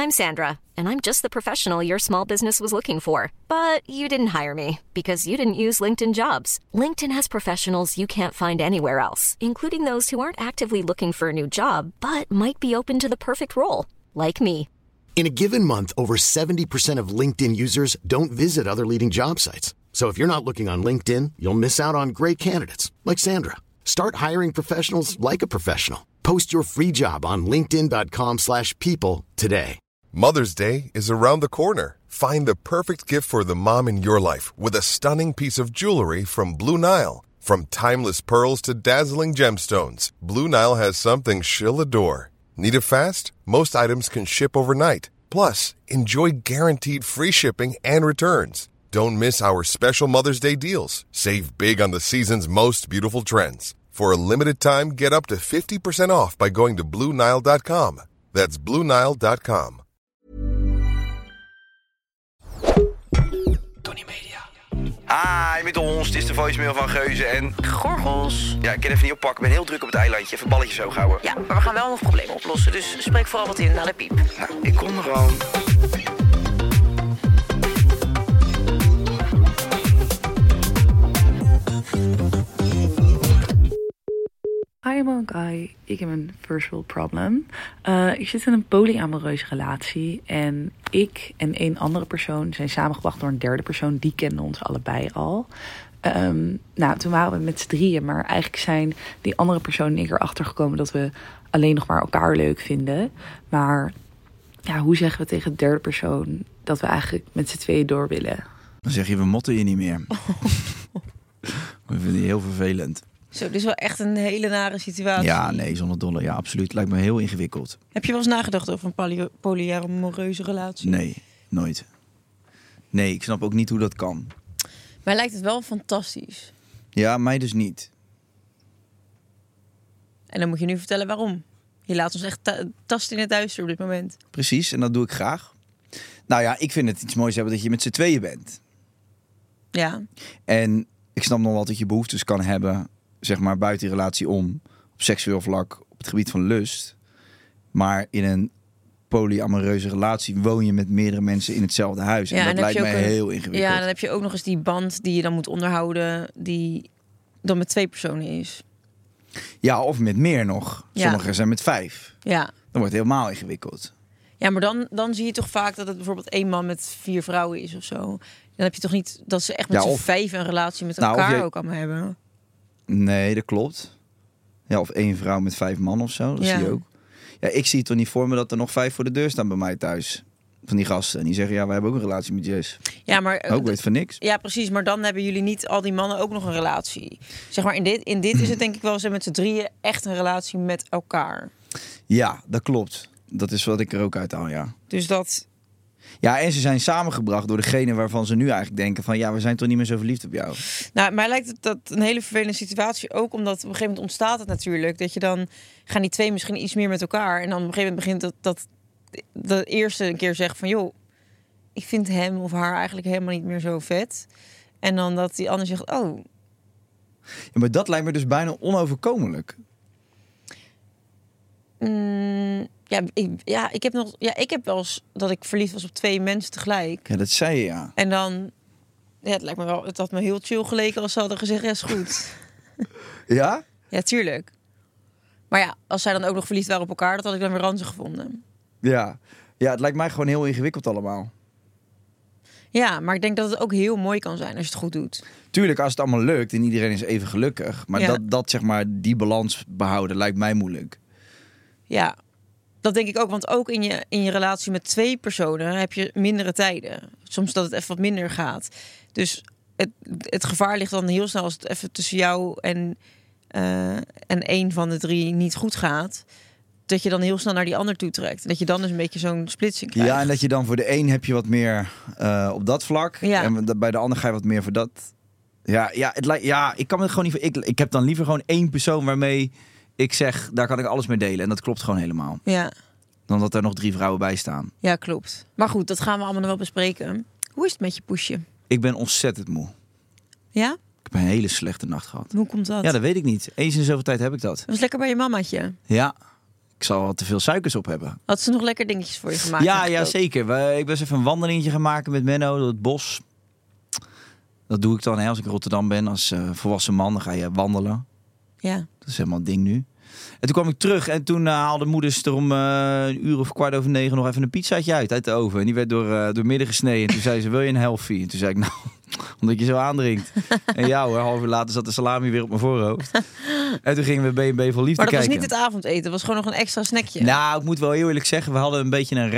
I'm Sandra, and I'm just the professional your small business was looking for. But you didn't hire me because you didn't use LinkedIn Jobs. LinkedIn has professionals you can't find anywhere else, including those who aren't actively looking for a new job, but might be open to the perfect role, like me. In a given month, over 70% of LinkedIn users don't visit other leading job sites. So if you're not looking on LinkedIn, you'll miss out on great candidates like Sandra. Start hiring professionals like a professional. Post your free job on linkedin.com/people today. Mother's Day is around the corner. Find the perfect gift for the mom in your life with a stunning piece of jewelry from Blue Nile. From timeless pearls to dazzling gemstones, Blue Nile has something she'll adore. Need it fast? Most items can ship overnight. Plus, enjoy guaranteed free shipping and returns. Don't miss our special Mother's Day deals. Save big on the season's most beautiful trends. For a limited time, get up to 50% off by going to BlueNile.com. That's BlueNile.com. Tony Media. Hi, met ons. Het is de voicemail van Geuze en... Gorgels. Ja, ik kan even niet oppakken. Ik ben heel druk op het eilandje. Even balletjes zo houden. Ja, maar we gaan wel nog problemen oplossen. Dus spreek vooral wat in naar de piep. Nou, ik kom er gewoon. Hi Monkai, ik heb een first world problem. Ik zit in een polyamoreuze relatie en ik en een andere persoon zijn samengebracht door een derde persoon. Die kende ons allebei al. Toen waren we met z'n drieën, maar eigenlijk zijn die andere persoon en ik erachter gekomen dat we alleen nog maar elkaar leuk vinden. Maar ja, hoe zeggen we tegen de derde persoon dat we eigenlijk met z'n tweeën door willen? Dan zeg je, we motten je niet meer. We vinden je heel vervelend. Zo, dit is wel echt een hele nare situatie. Ja, nee, zonder dolle. Ja, absoluut. Lijkt me heel ingewikkeld. Heb je wel eens nagedacht over een polyamoreuze relatie? Nee, nooit. Nee, ik snap ook niet hoe dat kan. Mij lijkt het wel fantastisch. Ja, mij dus niet. En dan moet je nu vertellen waarom. Je laat ons echt tasten in het duister op dit moment. Precies, en dat doe ik graag. Nou ja, ik vind het iets moois hebben dat je met z'n tweeën bent. Ja. En ik snap nog wel dat je behoeftes kan hebben, zeg maar buiten die relatie om, op seksueel vlak, op het gebied van lust. Maar in een polyamoreuze relatie woon je met meerdere mensen in hetzelfde huis. Ja, en dat lijkt mij heel ingewikkeld. Ja, dan heb je ook nog eens die band die je dan moet onderhouden, die dan met 2 personen is. Ja, of met meer nog. Sommigen zijn met 5. Ja. Dan wordt het helemaal ingewikkeld. Ja, maar dan zie je toch vaak dat het bijvoorbeeld 1 man met 4 vrouwen is of zo. Dan heb je toch niet dat ze echt met z'n 5 een relatie met elkaar ook allemaal hebben. Nee, dat klopt. Ja, of 1 vrouw met 5 man of zo. Dat zie je ook. Ja, ik zie het toch niet voor me dat er nog 5 voor de deur staan bij mij thuis. Van die gasten. En die zeggen, ja, wij hebben ook een relatie met Jess. Ja, maar ook weet van niks. Ja, precies. Maar dan hebben jullie niet, al die mannen, ook nog een relatie. Zeg maar, in dit is het denk ik wel, ze met z'n drieën echt een relatie met elkaar. Ja, dat klopt. Dat is wat ik er ook uit haal, ja. Dus dat... Ja, en ze zijn samengebracht door degene waarvan ze nu eigenlijk denken van, ja, we zijn toch niet meer zo verliefd op jou. Nou, mij lijkt het dat een hele vervelende situatie ook, omdat op een gegeven moment ontstaat het natuurlijk, dat je dan gaan die 2 misschien iets meer met elkaar en dan op een gegeven moment begint dat de eerste een keer zegt van, joh, ik vind hem of haar eigenlijk helemaal niet meer zo vet. En dan dat die ander zegt, oh. Ja, maar dat lijkt me dus bijna onoverkomelijk. Ik heb wel eens dat ik verliefd was op 2 mensen tegelijk. Ja, dat zei je, ja. En dan, ja, het lijkt me wel, het had me heel chill geleken als ze hadden gezegd, ja, is goed. Ja? Ja, tuurlijk. Maar ja, als zij dan ook nog verliefd waren op elkaar, dat had ik dan weer ranzig gevonden. Ja. Ja, het lijkt mij gewoon heel ingewikkeld allemaal. Ja, maar ik denk dat het ook heel mooi kan zijn als je het goed doet. Tuurlijk, als het allemaal lukt en iedereen is even gelukkig. Maar dat zeg maar, die balans behouden lijkt mij moeilijk. Ja, dat denk ik ook. Want ook in je relatie met 2 personen heb je mindere tijden. Soms dat het even wat minder gaat. Dus het gevaar ligt dan heel snel als het even tussen jou en 1 van de 3 niet goed gaat. Dat je dan heel snel naar die ander toe trekt. Dat je dan dus een beetje zo'n splitsing krijgt. Ja, en dat je dan voor de een heb je wat meer op dat vlak. Ja. En bij de ander ga je wat meer voor dat. Ja, ik kan het gewoon niet. Ik heb dan liever gewoon 1 persoon waarmee ik zeg, daar kan ik alles mee delen. En dat klopt gewoon helemaal. Ja. Dan dat er nog 3 vrouwen bij staan. Ja, klopt. Maar goed, dat gaan we allemaal nog wel bespreken. Hoe is het met je poesje? Ik ben ontzettend moe. Ja? Ik heb een hele slechte nacht gehad. Hoe komt dat? Ja, dat weet ik niet. Eens in zoveel tijd heb ik dat. Was lekker bij je mamaatje? Ja. ik zal wat te veel suikers op hebben. Had ze nog lekker dingetjes voor je gemaakt? Ja, zeker. Ik ben eens even een wandelingetje gaan maken met Menno door het bos. Dat doe ik dan als ik in Rotterdam ben. Als volwassen man, dan ga je wandelen. Ja. Dat is helemaal een ding nu. En toen kwam ik terug en toen haalde moeders er om 9:15 nog even een pizzaatje uit de oven. En die werd door midden gesneden. En toen zei ze, wil je een healthy? En toen zei ik, nou, omdat je zo aandringt. En ja hoor, half uur later zat de salami weer op mijn voorhoofd. En toen gingen we B&B Vol Liefde kijken. Maar dat was niet het avondeten, dat was gewoon nog een extra snackje. Nou, ik moet wel heel eerlijk zeggen, we hadden een beetje een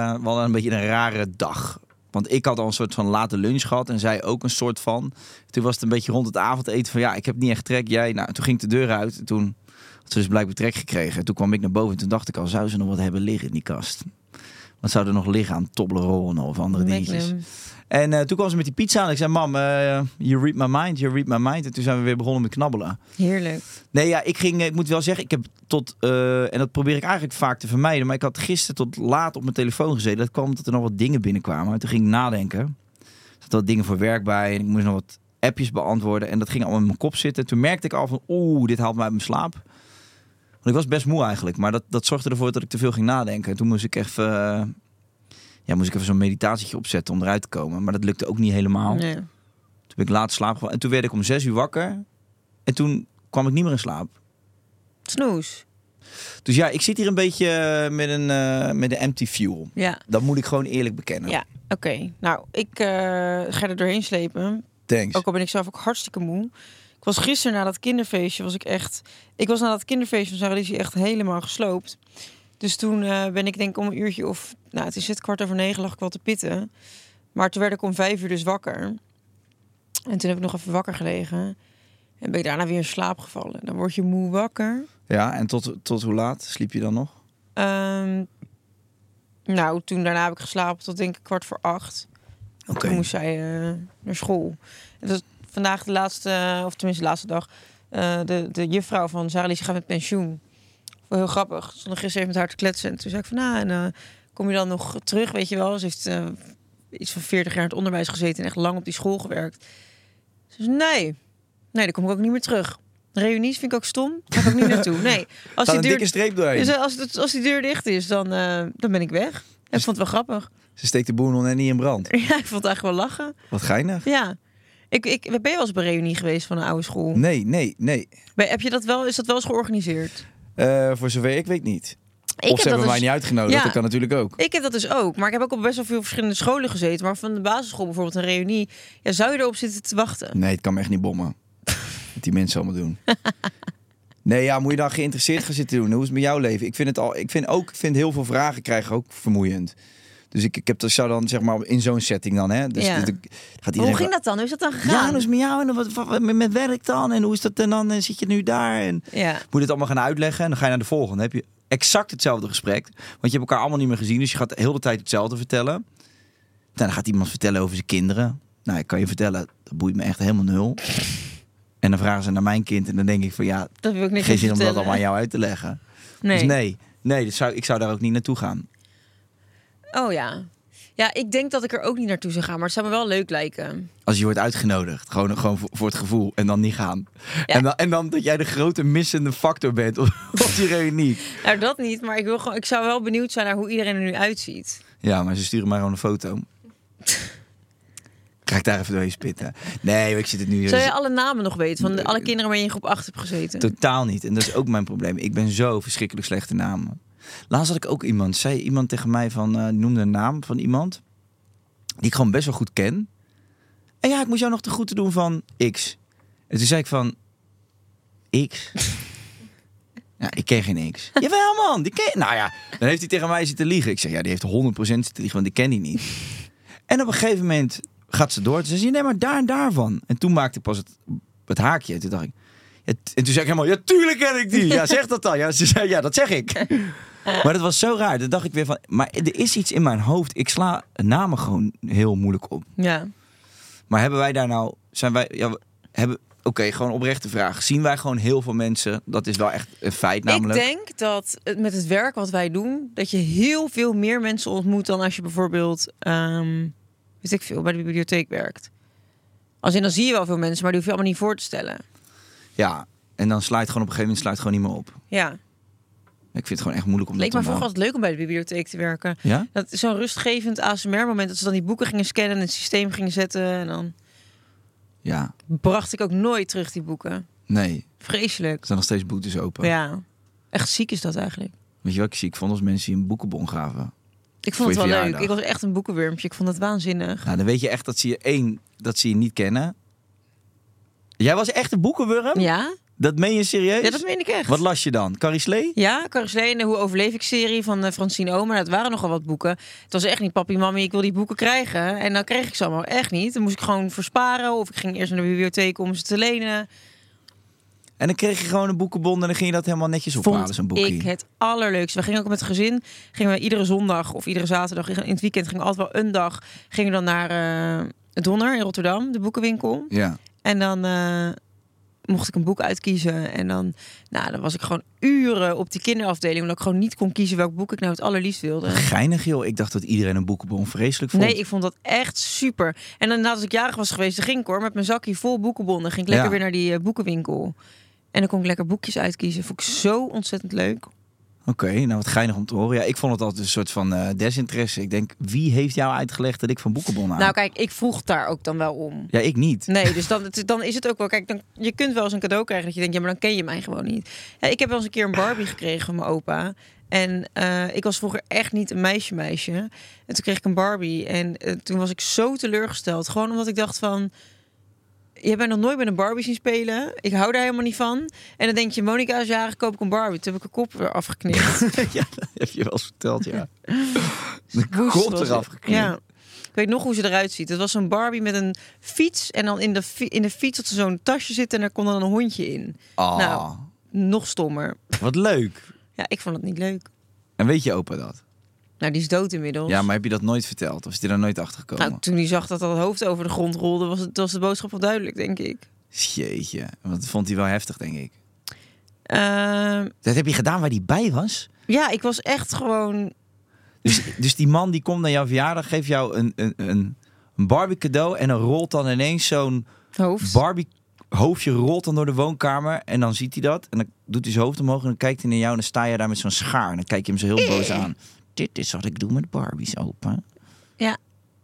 rare dag. Want ik had al een soort van late lunch gehad en zij ook een soort van. Toen was het een beetje rond het avondeten van ja, ik heb niet echt trek. Jij, nou, toen ging ik de deur uit en toen had ze dus blijkbaar trek gekregen. En toen kwam ik naar boven en toen dacht ik al, zou ze nog wat hebben liggen in die kast? Wat zou er nog liggen aan Toblerone of andere dingetjes? En toen kwam ze met die pizza en ik zei, mam, you read my mind. En toen zijn we weer begonnen met knabbelen. Heerlijk. Nee, ja, ik moet wel zeggen, ik heb en dat probeer ik eigenlijk vaak te vermijden, maar ik had gisteren tot laat op mijn telefoon gezeten. Dat kwam omdat er nog wat dingen binnenkwamen. En toen ging ik nadenken. Er zaten wat dingen voor werk bij en ik moest nog wat appjes beantwoorden. En dat ging allemaal in mijn kop zitten. En toen merkte ik al van, dit haalt mij uit mijn slaap. Want ik was best moe eigenlijk, maar dat zorgde ervoor dat ik te veel ging nadenken. En toen moest ik even zo'n meditatietje opzetten om eruit te komen. Maar dat lukte ook niet helemaal. Nee. Toen ben ik laat slapen. En toen werd ik om 6 uur wakker. En toen kwam ik niet meer in slaap. Snoes. Dus ja, ik zit hier een beetje met een empty fuel. Ja. Dat moet ik gewoon eerlijk bekennen. Ja, oké. Nou, ik ga er doorheen slepen. Thanks. Ook al ben ik zelf ook hartstikke moe. Ik was gisteren na dat kinderfeestje, Ik was na dat kinderfeestje van Sarah Lisie echt helemaal gesloopt. Dus toen ben ik denk ik om een uurtje of... Nou, het is 9:15 lag ik wel te pitten. Maar toen werd ik om 5 uur dus wakker. En toen heb ik nog even wakker gelegen. En ben ik daarna weer in slaap gevallen. Dan word je moe wakker. Ja, en tot hoe laat sliep je dan nog? Nou, toen daarna heb ik geslapen tot denk ik 7:15. Oké. Toen moest zij naar school. En dat is vandaag de laatste, of tenminste de laatste dag. De juffrouw van Sarah Lisie gaat met pensioen. Wel heel grappig. Ze stond gisteren even met haar te kletsen. En toen zei ik van, kom je dan nog terug, weet je wel? Ze heeft iets van 40 jaar in het onderwijs gezeten en echt lang op die school gewerkt. Ze zei, nee, dan kom ik ook niet meer terug. Reunies vind ik ook stom. Ga ik ook niet naartoe. Nee, als die een dikke streep doorheen. Dus als die deur dicht is, dan ben ik weg. En ik vond het wel grappig. Ze steekt de boer nog net niet in brand. Ja, ik vond het eigenlijk wel lachen. Wat geinig. Ja. Ben je wel eens op een reunie geweest van een oude school? Nee. Heb je dat wel? Is dat wel eens georganiseerd? Voor zover ik weet niet. Of ze hebben mij niet uitgenodigd, ja, dat kan natuurlijk ook. Ik heb dat dus ook. Maar ik heb ook op best wel veel verschillende scholen gezeten. Maar van de basisschool bijvoorbeeld een reunie. Ja, zou je erop zitten te wachten? Nee, het kan me echt niet bommen. Wat die mensen allemaal doen. Nee, ja, moet je dan geïnteresseerd gaan zitten doen? Hoe is het met jouw leven? Ik vind heel veel vragen krijgen ook vermoeiend. Dus ik zou dan zeg maar in zo'n setting dan, hè. Dus ja. Gaat hoe ging dat dan? Hoe is dat dan gegaan? Ja, hoe is het met jou en wat met werk dan? En hoe is dat? En dan zit je nu daar en moet je het allemaal gaan uitleggen. En dan ga je naar de volgende. Dan heb je exact hetzelfde gesprek. Want je hebt elkaar allemaal niet meer gezien. Dus je gaat de hele tijd hetzelfde vertellen. Nou, dan gaat iemand vertellen over zijn kinderen. Nou, ik kan je vertellen, dat boeit me echt helemaal nul. En dan vragen ze naar mijn kind. En dan denk ik van ja, dat wil ik niet geen zin om dat allemaal aan jou uit te leggen. Nee. Dus ik zou daar ook niet naartoe gaan. Oh ja. Ja, ik denk dat ik er ook niet naartoe zou gaan. Maar het zou me wel leuk lijken. Als je wordt uitgenodigd. Gewoon voor het gevoel. En dan niet gaan. Ja. En dan dat jij de grote missende factor bent op die reunie. Nou, dat niet. Maar ik zou wel benieuwd zijn naar hoe iedereen er nu uitziet. Ja, maar ze sturen maar gewoon een foto. Ga ik daar even doorheen spitten? Nee, ik zit het nu... Zou je alle namen nog weten? Van alle kinderen waar je in groep 8 hebt gezeten? Totaal niet. En dat is ook mijn probleem. Ik ben zo verschrikkelijk slechte namen. Laatst had ik ook zei iemand tegen mij van... die noemde een naam van iemand... die ik gewoon best wel goed ken. En ja, ik moest jou nog de groeten doen van X. En toen zei ik van... X? Ja, ik ken geen X. Jawel man, die ken... Nou ja, dan heeft hij tegen mij zitten liegen. Ik zeg, ja, die heeft 100% zitten liegen, want die ken die niet. En op een gegeven moment gaat ze door. Toen zei ze, nee, maar daar en daarvan. En toen maakte ik pas het haakje. En toen dacht ik... Ja, en toen zei ik helemaal, ja, tuurlijk ken ik die. Ja, zeg dat dan. Ja, ze zei, ja, dat zeg ik. Maar dat was zo raar. Toen dacht ik weer van... Maar er is iets in mijn hoofd. Ik sla namen gewoon heel moeilijk op. Ja. Maar hebben wij daar nou... Zijn wij... Ja, Oké, gewoon oprechte vraag. Zien wij gewoon heel veel mensen? Dat is wel echt een feit namelijk. Ik denk dat met het werk wat wij doen... dat je heel veel meer mensen ontmoet... dan als je bijvoorbeeld... weet ik veel, bij de bibliotheek werkt. Dan zie je wel veel mensen... maar die hoef je allemaal niet voor te stellen. Ja, en dan sluit gewoon op een gegeven moment niet meer op. Ja. Ik vind het gewoon echt moeilijk om Leek dat me te vroeger altijd leuk om bij de bibliotheek te werken. Ja? Dat is zo'n rustgevend ASMR-moment. Dat ze dan die boeken gingen scannen en het systeem gingen zetten. En dan Ja. bracht ik ook nooit terug die boeken. Nee. Vreselijk. Er zijn nog steeds boetes open. Ja, echt ziek is dat eigenlijk. Weet je wat ik ziek vond als mensen die een boekenbon gaven? Ik Voor vond het je wel leuk. verjaardag. Ik was echt een boekenwurmpje. Ik vond het waanzinnig. Nou, dan weet je echt dat ze je niet kennen. Jij was echt een boekenwurm? Ja? Dat meen je serieus? Ja, dat meen ik echt. Wat las je dan? Carrie Slee? Ja, Carrie Slee en de Hoe overleef ik serie van Francine Omer. Dat waren nogal wat boeken. Het was echt niet papi, mami, ik wil die boeken krijgen. En dan kreeg ik ze allemaal echt niet. Dan moest ik gewoon versparen. Of ik ging eerst naar de bibliotheek om ze te lenen. En dan kreeg je gewoon een boekenbon en dan ging je dat helemaal netjes ophalen, zo'n boekje. Ik het allerleukste. We gingen ook met het gezin. Gingen we iedere zondag of iedere zaterdag in het weekend gingen we altijd wel een dag. Gingen we dan naar Donner in Rotterdam, de boekenwinkel. Ja. En dan mocht ik een boek uitkiezen. En dan was ik gewoon uren op die kinderafdeling. Omdat ik gewoon niet kon kiezen welk boek ik nou het allerliefst wilde. Geinig, joh. Ik dacht dat iedereen een boekenbon vreselijk vond. Nee, ik vond dat echt super. En dan nadat ik jarig was geweest, dan ging ik hoor met mijn zakje vol boekenbonnen. Ging ik lekker weer naar die boekenwinkel. En dan kon ik lekker boekjes uitkiezen. Vond ik zo ontzettend leuk. Oké, nou wat geinig om te horen. Ja, ik vond het altijd een soort van desinteresse. Ik denk, wie heeft jou uitgelegd dat ik van boekenbon hou? Nou kijk, ik vroeg daar ook dan wel om. Ja, ik niet. Nee, dus dan is het ook wel... Kijk, je kunt wel eens een cadeau krijgen dat je denkt... ja, maar dan ken je mij gewoon niet. Ja, ik heb wel eens een keer een Barbie gekregen van mijn opa. En ik was vroeger echt niet een meisje. En toen kreeg ik een Barbie. En toen was ik zo teleurgesteld. Gewoon omdat ik dacht van... Je bent nog nooit met een Barbie zien spelen. Ik hou daar helemaal niet van. En dan denk je, Monica is jarig, koop ik een Barbie. Toen heb ik een kop weer afgeknipt. Ja, dat heb je wel eens verteld, ja. De Woest kop was eraf het. geknipt. Ja. Ik weet nog hoe ze eruit ziet. Het was zo'n Barbie met een fiets. En dan in de fiets had ze zo'n tasje zitten. En daar kon dan een hondje in. Oh, Nou, nog stommer. wat leuk. Ja, ik vond het niet leuk. En weet je opa dat? Nou, die is dood inmiddels. Ja, maar heb je dat nooit verteld? Of is die daar nooit achter gekomen? Nou, toen hij zag dat dat hoofd over de grond rolde, was de boodschap wel duidelijk, denk ik. Jeetje, dat vond hij wel heftig, denk ik. Ehm, Dat heb je gedaan waar hij bij was? ja, ik was echt gewoon... Dus die man die komt naar jouw verjaardag, geeft jou een Barbie cadeau... en dan rolt dan ineens zo'n Hoofd. Barbie hoofdje rolt dan door de woonkamer... en dan ziet hij dat en dan doet hij zijn hoofd omhoog... en dan kijkt hij naar jou en dan sta je daar met zo'n schaar... en dan kijk je hem zo heel boos aan. Dit is wat ik doe met Barbies, opa. Ja.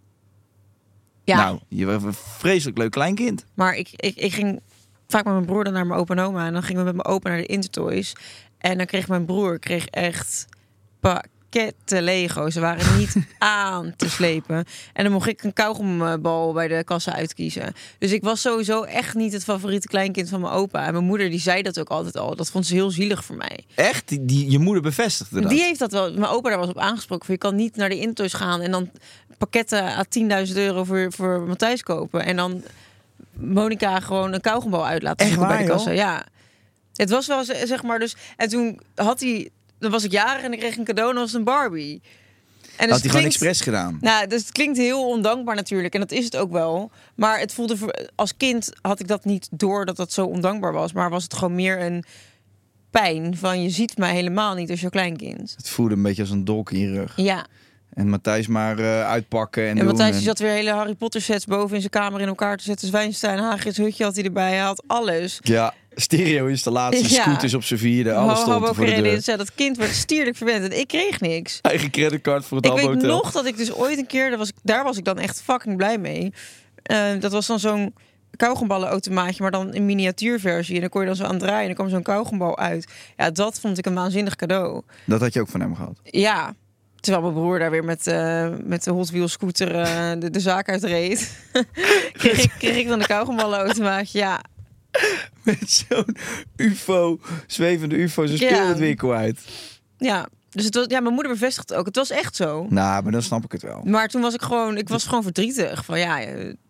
Ja, Nou, je was een vreselijk leuk kleinkind. maar ik ging vaak met mijn broer dan naar mijn opa en oma. En dan gingen we met mijn opa naar de Intertoys. En dan kreeg mijn broer echt pakketten Lego. Ze waren niet aan te slepen. En dan mocht ik een kauwgombal bij de kassa uitkiezen. Dus ik was sowieso echt niet het favoriete kleinkind van mijn opa. En mijn moeder die zei dat ook altijd al. Dat vond ze heel zielig voor mij. Echt? Je moeder bevestigde dat? Die heeft dat wel. Mijn opa daar was op aangesproken. Van, je kan niet naar de Intertoys gaan en dan pakketten à €10.000 voor Matthijs kopen. En dan Monica gewoon een kauwgombal uit laten Echt zoeken bij waar, de kassa. joh? Ja. Het was wel, zeg maar, dus... En toen dan was ik jarig en ik kreeg een cadeau en dat was een Barbie. En dus Had hij gewoon expres gedaan? Nou, dus het klinkt heel ondankbaar natuurlijk. En dat is het ook wel. Maar het voelde als kind had ik dat niet door dat dat zo ondankbaar was. Maar was het gewoon meer een pijn van je ziet mij helemaal niet als jouw kleinkind. Het voelde een beetje als een dolk in je rug. Ja. En Matthijs maar uitpakken en En doen. Matthijs die zat weer hele Harry Potter sets boven in zijn kamer in elkaar te zetten. Zwijnstein, Hagrid's hutje had hij erbij. Hij had alles. Ja, stereo-installatie, Ja. scooters op zijn vierde. Alles stond er voor de deur. Dat kind werd stierlijk verwend en ik kreeg niks. Eigen creditcard voor het Ik Habbo weet Hotel. nog dat ik dus ooit een keer, daar was ik dan echt fucking blij mee. Dat was dan zo'n kauwgomballenautomaatje, maar dan in miniatuurversie. En dan kon je dan zo aan draaien en dan kwam zo'n kauwgombal uit. Ja, dat vond ik een waanzinnig cadeau. Dat had je ook van hem gehad. Ja, terwijl mijn broer daar weer met de Hot Wheels scooter de zaak uitreed. kreeg ik dan de kauwgomballenautomaatje, ja. Met zo'n ufo, zwevende ufo, zo'n Ja. speelgoedwinkel uit. Ja, dus het was, ja, mijn moeder bevestigt het ook. Het was echt zo. Nou, maar dan snap ik het wel. Maar toen was ik gewoon verdrietig. Van ja,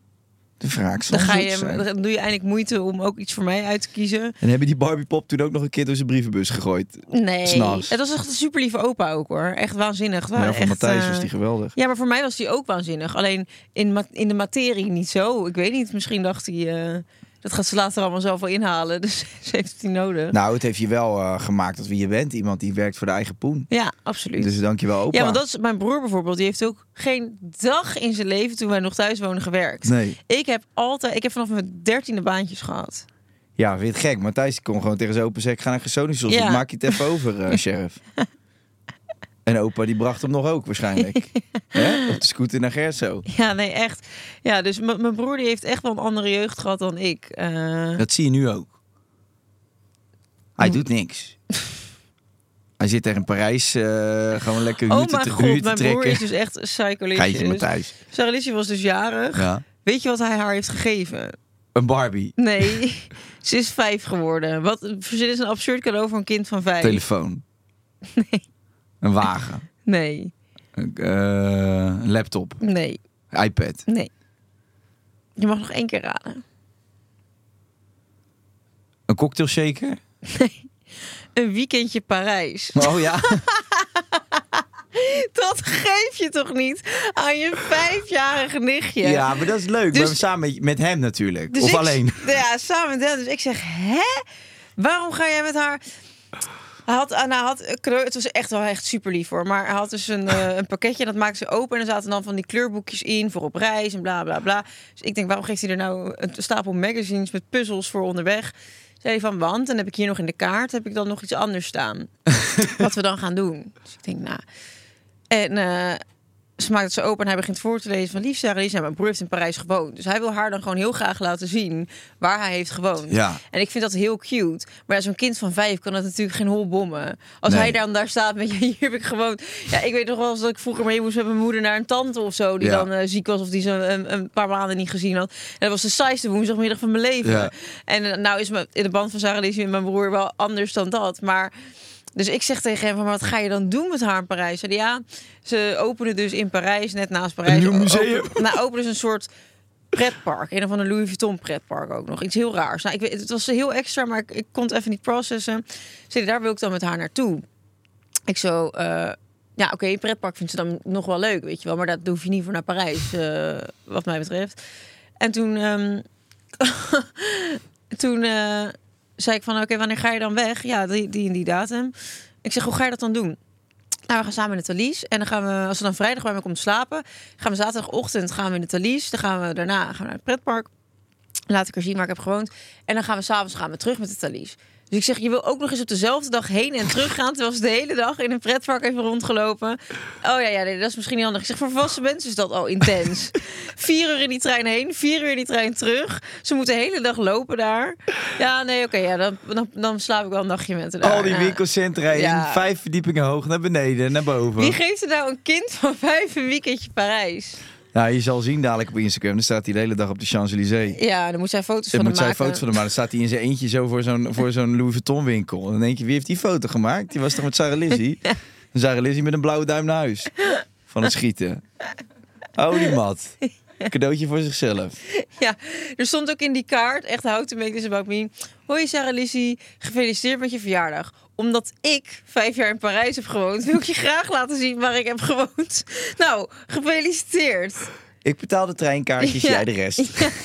De wraak zal dan zoet zijn. dan doe je eindelijk moeite om ook iets voor mij uit te kiezen. En heb je die Barbie pop toen ook nog een keer door zijn brievenbus gegooid? Nee, S'nachts. het was echt een super lieve opa ook hoor. Echt waanzinnig. Het waren Ja, voor echt, Matthijs was die geweldig. Ja, maar voor mij was die ook waanzinnig. Alleen in de materie niet zo. Ik weet niet, misschien dacht hij... dat gaat ze later allemaal zelf wel inhalen. Dus ze heeft het niet nodig. Nou, het heeft je wel gemaakt tot wie je bent. Iemand die werkt voor de eigen poen. Ja, absoluut. Dus dankjewel opa. Ja, want dat is mijn broer bijvoorbeeld. Die heeft ook geen dag in zijn leven toen wij nog thuis wonen gewerkt. Nee. Ik heb vanaf mijn 13e baantjes gehad. Ja, vind je het gek? Matthijs kon gewoon tegen zijn opa zeggen... ga naar Gersonisos, Ja. maak je het even over, sheriff. En opa die bracht hem nog ook waarschijnlijk. Hè? Op de scooter naar Gerso. Ja, nee, echt. Ja, dus mijn broer die heeft echt wel een andere jeugd gehad dan ik. Dat zie je nu ook. Hij doet niks. Hij zit er in Parijs gewoon lekker huur te mijn trekken. broer is dus echt psycholicious. Geitje Matthijs. Sarah Lizzie was dus jarig. Ja. Weet je wat hij haar heeft gegeven? Een Barbie. Nee, ze is 5 geworden. Verzin is een absurd cadeau voor een kind van 5. Telefoon. Nee. Een wagen. Nee. Een laptop. Nee. iPad. Nee. Je mag nog 1 keer raden. Een cocktail shaker. Een weekendje Parijs. Oh ja. Dat geef je toch niet aan je 5-jarige nichtje? Ja, maar dat is leuk. Dus- Maar samen met hem natuurlijk. Dus of ik- alleen. Ja, samen met hem. Dus ik zeg, hè? Waarom ga jij met haar... Hij had het was echt wel echt super lief hoor. Maar hij had dus een pakketje en dat maakte ze open. En er zaten dan van die kleurboekjes in voor op reis en bla bla bla. Dus ik denk, waarom geeft hij er nou een stapel magazines met puzzels voor onderweg? Zei hij van, want, en heb ik hier nog in de kaart, heb ik dan nog iets anders staan. Wat we dan gaan doen. Dus ik denk, nou... En ze maakt het zo open en hij begint voor te lezen van... Lief Sarah Lizzie, mijn broer heeft in Parijs gewoond. Dus hij wil haar dan gewoon heel graag laten zien waar hij heeft gewoond. Ja. En ik vind dat heel cute. Maar ja, zo'n kind van 5 kan dat natuurlijk geen hol bommen. Als Nee. hij dan daar staat met, ja, hier heb ik gewoond. Ja, ik weet nog wel eens dat ik vroeger mee moest met mijn moeder naar een tante of zo... die Ja. dan ziek was of die ze een paar maanden niet gezien had. En dat was de saaiste woensdagmiddag van mijn leven. Ja. En nou is in de band van Sarah Lizzie en mijn broer wel anders dan dat. Maar... Dus ik zeg tegen hem van, maar wat ga je dan doen met haar in Parijs? Zei hij, ja, ze openen dus in Parijs, net naast Parijs. Een nieuw museum? Openen ze een soort pretpark. Een of andere Louis Vuitton pretpark ook nog. Iets heel raars. Nou, ik weet, het was heel extra, maar ik kon het even niet processen. Zei hij, daar wil ik dan met haar naartoe. Ik zo, ja oké, pretpark vindt ze dan nog wel leuk, weet je wel. Maar dat hoef je niet voor naar Parijs, wat mij betreft. En toen zei ik van, oké, wanneer ga je dan weg? Ja, die en die datum. Ik zeg, hoe ga je dat dan doen? Nou, we gaan samen in het Thalys. En dan gaan we, als ze dan vrijdag bij me komt slapen... gaan we zaterdagochtend gaan we in het Thalys. Dan gaan we daarna naar het pretpark. Laat ik haar zien waar ik heb gewoond. En dan gaan we s'avonds terug met het Thalys. Dus ik zeg, je wil ook nog eens op dezelfde dag heen en terug gaan... terwijl ze de hele dag in een pretpark even rondgelopen. Oh ja, nee, dat is misschien niet handig. Ik zeg, voor volwassen mensen is dat al intens. 4 uur in die trein heen, 4 uur in die trein terug. Ze moeten de hele dag lopen daar. Ja, nee, oké, ja, dan slaap ik wel een dagje met haar daar. Al die Ja. winkelcentra in, Ja. 5 verdiepingen hoog, naar beneden, naar boven. Wie geeft er nou een kind van 5 een weekendje Parijs? Nou, je zal zien dadelijk op Instagram. Dan staat hij de hele dag op de Champs-Élysées. Ja, dan moet zij foto's Dan van moet hem zij maken. foto's van hem maken. Dan staat hij in zijn eentje zo voor zo'n Louis Vuitton winkel. En dan denk je, wie heeft die foto gemaakt? Die was toch met Sarah Lizzie? En Sarah Lizzie met een blauwe duim naar huis. Van het schieten. Oh, die mat. Cadeautje voor zichzelf. Ja, er stond ook in die kaart, echt how to make this about me. Hoi Sarah Lizzie, gefeliciteerd met je verjaardag. Omdat ik 5 jaar in Parijs heb gewoond, wil ik je graag laten zien waar ik heb gewoond. Nou, gefeliciteerd. Ik betaal de treinkaartjes, Ja. jij de rest.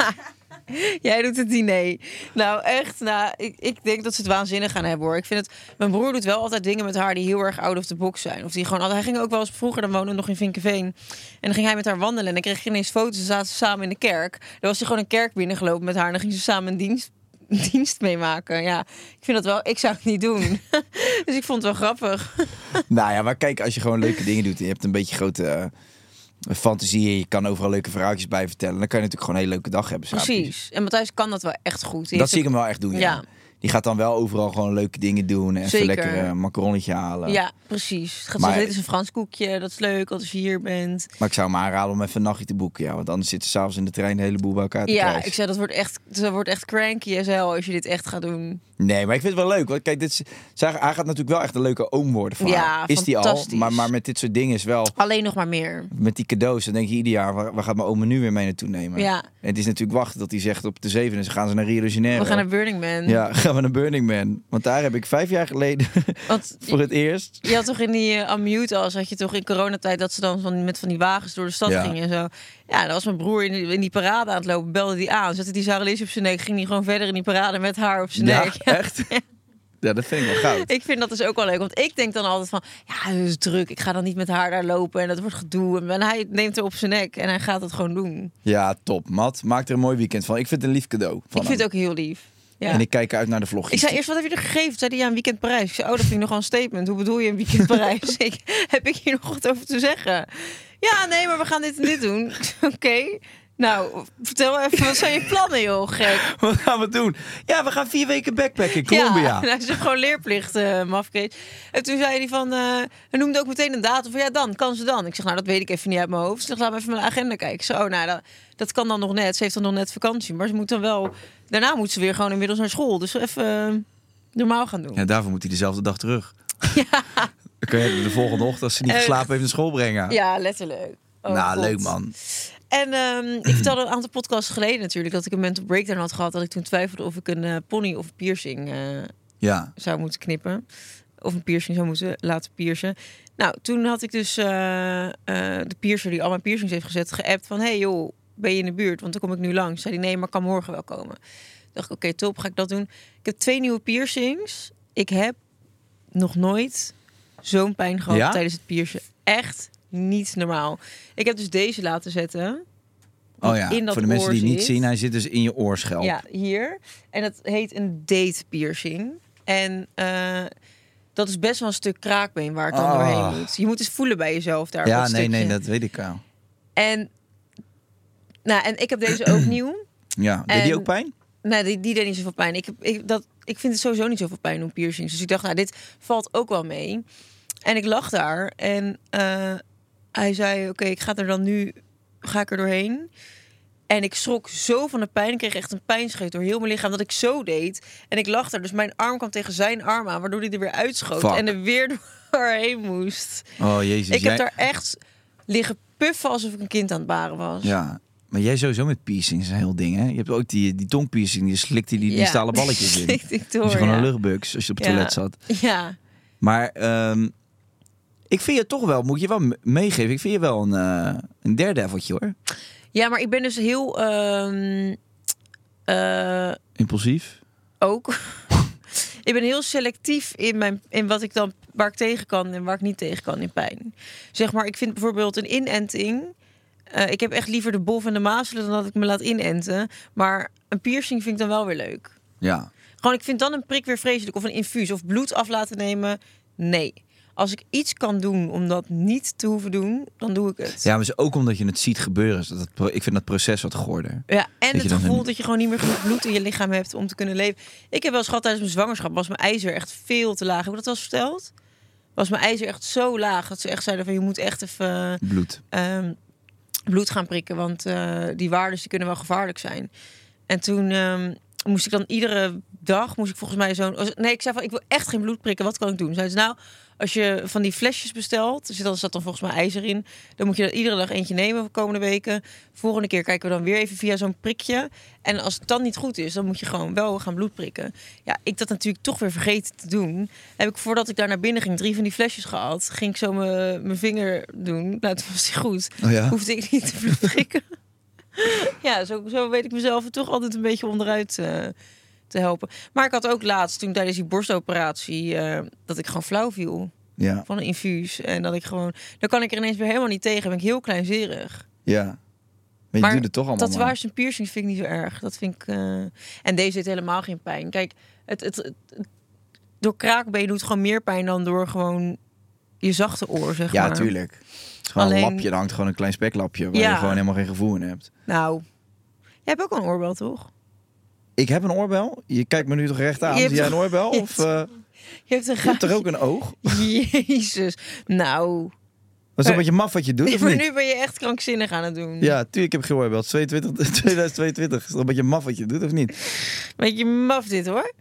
Jij doet het diner. Nou, echt, ik denk dat ze het waanzinnig gaan hebben, hoor. Ik vind het... Mijn broer doet wel altijd dingen met haar die heel erg out of the box zijn. Of die gewoon... Hij ging ook wel eens vroeger, dan woonde hij nog in Vinkeveen. En dan ging hij met haar wandelen en dan kreeg je ineens foto's. Dan zaten ze samen in de kerk. Dan was hij gewoon een kerk binnengelopen met haar. En dan gingen ze samen een dienst meemaken. Ja, ik vind dat wel... Ik zou het niet doen. Dus ik vond het wel grappig. Nou ja, maar kijk, als je gewoon leuke dingen doet... en je hebt een beetje grote fantasie... en je kan overal leuke verhaaltjes bij vertellen... dan kan je natuurlijk gewoon een hele leuke dag hebben. s'avonds. Precies. En Matthijs kan dat wel echt goed. Die Dat heeft zie ik ook- hem wel echt doen, ja. Ja. Die gaat dan wel overal gewoon leuke dingen doen... en even Zeker. lekker een macaronnetje halen. Ja, precies. Het gaat Maar- zeggen, dit is een Frans koekje. Dat is leuk als je hier bent. Maar ik zou hem aanraden om even een nachtje te boeken. Ja, want anders zitten ze s'avonds in de trein een heleboel bij elkaar te Ja, krijgen. ik zei, dat wordt echt cranky as hell als je dit echt gaat doen. Nee, maar ik vind het wel leuk. Want kijk, hij gaat natuurlijk wel echt een leuke oom worden voor Ja, haar. Is die al. fantastisch. Maar met dit soort dingen is wel... Alleen nog maar meer. Met die cadeaus, dan denk je ieder jaar... waar gaat mijn oma nu weer mee naartoe nemen? Ja. En het is natuurlijk wachten tot hij zegt op de 7e... gaan ze naar Rio de Janeiro. We gaan naar Burning Man. Ja, gaan we naar Burning Man. Want daar heb ik 5 jaar geleden Want voor het eerst... je had toch in die Unmute als had je toch in coronatijd dat ze dan met van die wagens door de stad Ja. gingen en zo. Ja, dan was mijn broer in die parade aan het lopen, belde die aan, zette die Sarah Lizzie op zijn nek, ging die gewoon verder in die parade met haar op zijn Ja, nek. echt? Ja, dat vind ik wel goud. Ik vind dat dus ook wel leuk, want ik denk dan altijd van, ja, het is druk, ik ga dan niet met haar daar lopen en dat wordt gedoe. En hij neemt haar op zijn nek en hij gaat het gewoon doen. Ja, top. Matt, maak er een mooi weekend van. Ik vind het een lief cadeau van Ik vind hem. het ook heel lief. Ja. En ik kijk uit naar de vlogjes. Ik zei eerst, wat heb je er gegeven? Zei hij, ja, een weekend Parijs. Ik zei, dat vind ik nogal een statement. Hoe bedoel je een weekend Parijs? Heb ik hier nog wat over te zeggen? Ja, nee, maar we gaan dit en dit doen. Oké. Nou, vertel even, wat zijn je plannen, joh, gek? Wat gaan we doen? Ja, we gaan 4 weken backpacken in Colombia. Ja, hij zegt gewoon leerplicht, mafkees. En toen zei hij van, hij noemde ook meteen een datum van, ja, dan, kan ze dan? Ik zeg, nou, dat weet ik even niet uit mijn hoofd. Ik zeg, laat me even mijn agenda kijken. Ik zeg, oh, nou, dat kan dan nog net. Ze heeft dan nog net vakantie, maar ze moet dan wel... Daarna moet ze weer gewoon inmiddels naar school. Dus even normaal gaan doen. Ja, daarvoor moet hij dezelfde dag terug. Ja. Dan kun je de volgende ochtend, als ze niet geslapen heeft, naar school brengen. Ja, letterlijk. Oh, nou, God. leuk, man. En ik vertelde een aantal podcasts geleden natuurlijk dat ik een mental breakdown had gehad. Dat ik toen twijfelde of ik een pony of een piercing zou moeten knippen. Of een piercing zou moeten laten piercen. Nou, toen had ik dus de piercer die al mijn piercings heeft gezet geappt van... Hey joh, ben je in de buurt? Want dan kom ik nu langs. Zei hij, nee, maar kan morgen wel komen. Dacht ik, oké, top, ga ik dat doen. Ik heb 2 nieuwe piercings. Ik heb nog nooit zo'n pijn gehad tijdens het piercen. Echt niet normaal. Ik heb dus deze laten zetten. Oh ja, in dat voor de mensen die het niet zit. zien, hij zit dus in je oorschelp. Ja, hier. En dat heet een date piercing. En dat is best wel een stuk kraakbeen waar het dan doorheen moet. Je moet eens voelen bij jezelf daar. Ja, nee, dat weet ik al. En ik heb deze ook nieuw. Ja, deed die ook pijn? Nee, die deed niet zoveel pijn. Ik vind het sowieso niet zoveel pijn om piercings. Dus ik dacht, nou, dit valt ook wel mee. En ik lag daar en hij zei, oké, ik ga er doorheen. En ik schrok zo van de pijn. Ik kreeg echt een pijnscheut door heel mijn lichaam dat ik zo deed. En ik lag daar, dus mijn arm kwam tegen zijn arm aan, waardoor hij er weer uitschoot. Fuck. En er weer doorheen moest. Oh, jezus. Ik heb daar echt liggen puffen alsof ik een kind aan het baren was. Ja, maar jij sowieso met piercings is een heel ding, hè? Je hebt ook die tongpiercing, die slikt die stalen balletjes in. Door, is gewoon een luchtbugs als je op het toilet zat. Ja. Maar ik vind je toch wel, moet je wel meegeven, ik vind je wel een daredeviltje, hoor. Ja, maar ik ben dus heel... Impulsief? Ook. Ik ben heel selectief in wat ik dan, waar ik tegen kan en waar ik niet tegen kan in pijn. Zeg maar, ik vind bijvoorbeeld een inenting... ik heb echt liever de bof en de mazelen dan dat ik me laat inenten. Maar een piercing vind ik dan wel weer leuk. Ja. Gewoon, ik vind dan een prik weer vreselijk. Of een infuus of bloed af laten nemen. Nee. Als ik iets kan doen om dat niet te hoeven doen, dan doe ik het. Ja, maar is ook omdat je het ziet gebeuren. Ik vind dat proces wat gorder. Ja, en dat het gevoel dat je gewoon niet meer genoeg bloed in je lichaam hebt om te kunnen leven. Ik heb wel eens gehad tijdens mijn zwangerschap, was mijn ijzer echt veel te laag. Heb ik dat wel eens verteld? Was mijn ijzer echt zo laag dat ze echt zeiden van je moet echt even bloed gaan prikken, want die waardes die kunnen wel gevaarlijk zijn. En toen moest ik dan iedere dag, volgens mij ik zei van, ik wil echt geen bloed prikken, wat kan ik doen? Zeiden ze, nou, als je van die flesjes bestelt, er zat dan volgens mij ijzer in, dan moet je er iedere dag eentje nemen voor de komende weken. Volgende keer kijken we dan weer even via zo'n prikje. En als het dan niet goed is, dan moet je gewoon wel gaan bloed prikken. Ja, ik dat natuurlijk toch weer vergeten te doen. Heb ik, voordat ik daar naar binnen ging, 3 van die flesjes gehad. Ging ik zo mijn vinger doen. Nou, toen was die goed. Oh ja? Hoefde ik niet te bloed prikken. Ja, zo weet ik mezelf er toch altijd een beetje onderuit te helpen. Maar ik had ook laatst, toen tijdens die borstoperatie, dat ik gewoon flauw viel. Ja. Van een infuus. En dat ik gewoon... Dan kan ik er ineens weer helemaal niet tegen. Ben ik heel kleinzerig. Ja. Maar je doet het toch allemaal. Tatoeages en piercings vind ik niet zo erg. Dat vind ik... En deze heeft helemaal geen pijn. Kijk, het door kraakbeen doet gewoon meer pijn dan door gewoon je zachte oor, zeg maar. Ja, tuurlijk. Het is gewoon Alleen... een lapje, er hangt gewoon een klein speklapje waar je gewoon helemaal geen gevoel in hebt. Nou, jij hebt ook een oorbel, toch? Ik heb een oorbel. Je kijkt me nu toch recht aan. Zie jij een oorbel? Of je hebt er ook een oog? Jezus. Nou... Dat is een beetje maf wat je doet, of maar niet? nu ben je echt krankzinnig aan het doen. Ja, tuurlijk, ik heb geen oorbel. 2022. Is dat een beetje maf wat je doet, of niet? Beetje maf dit, hoor.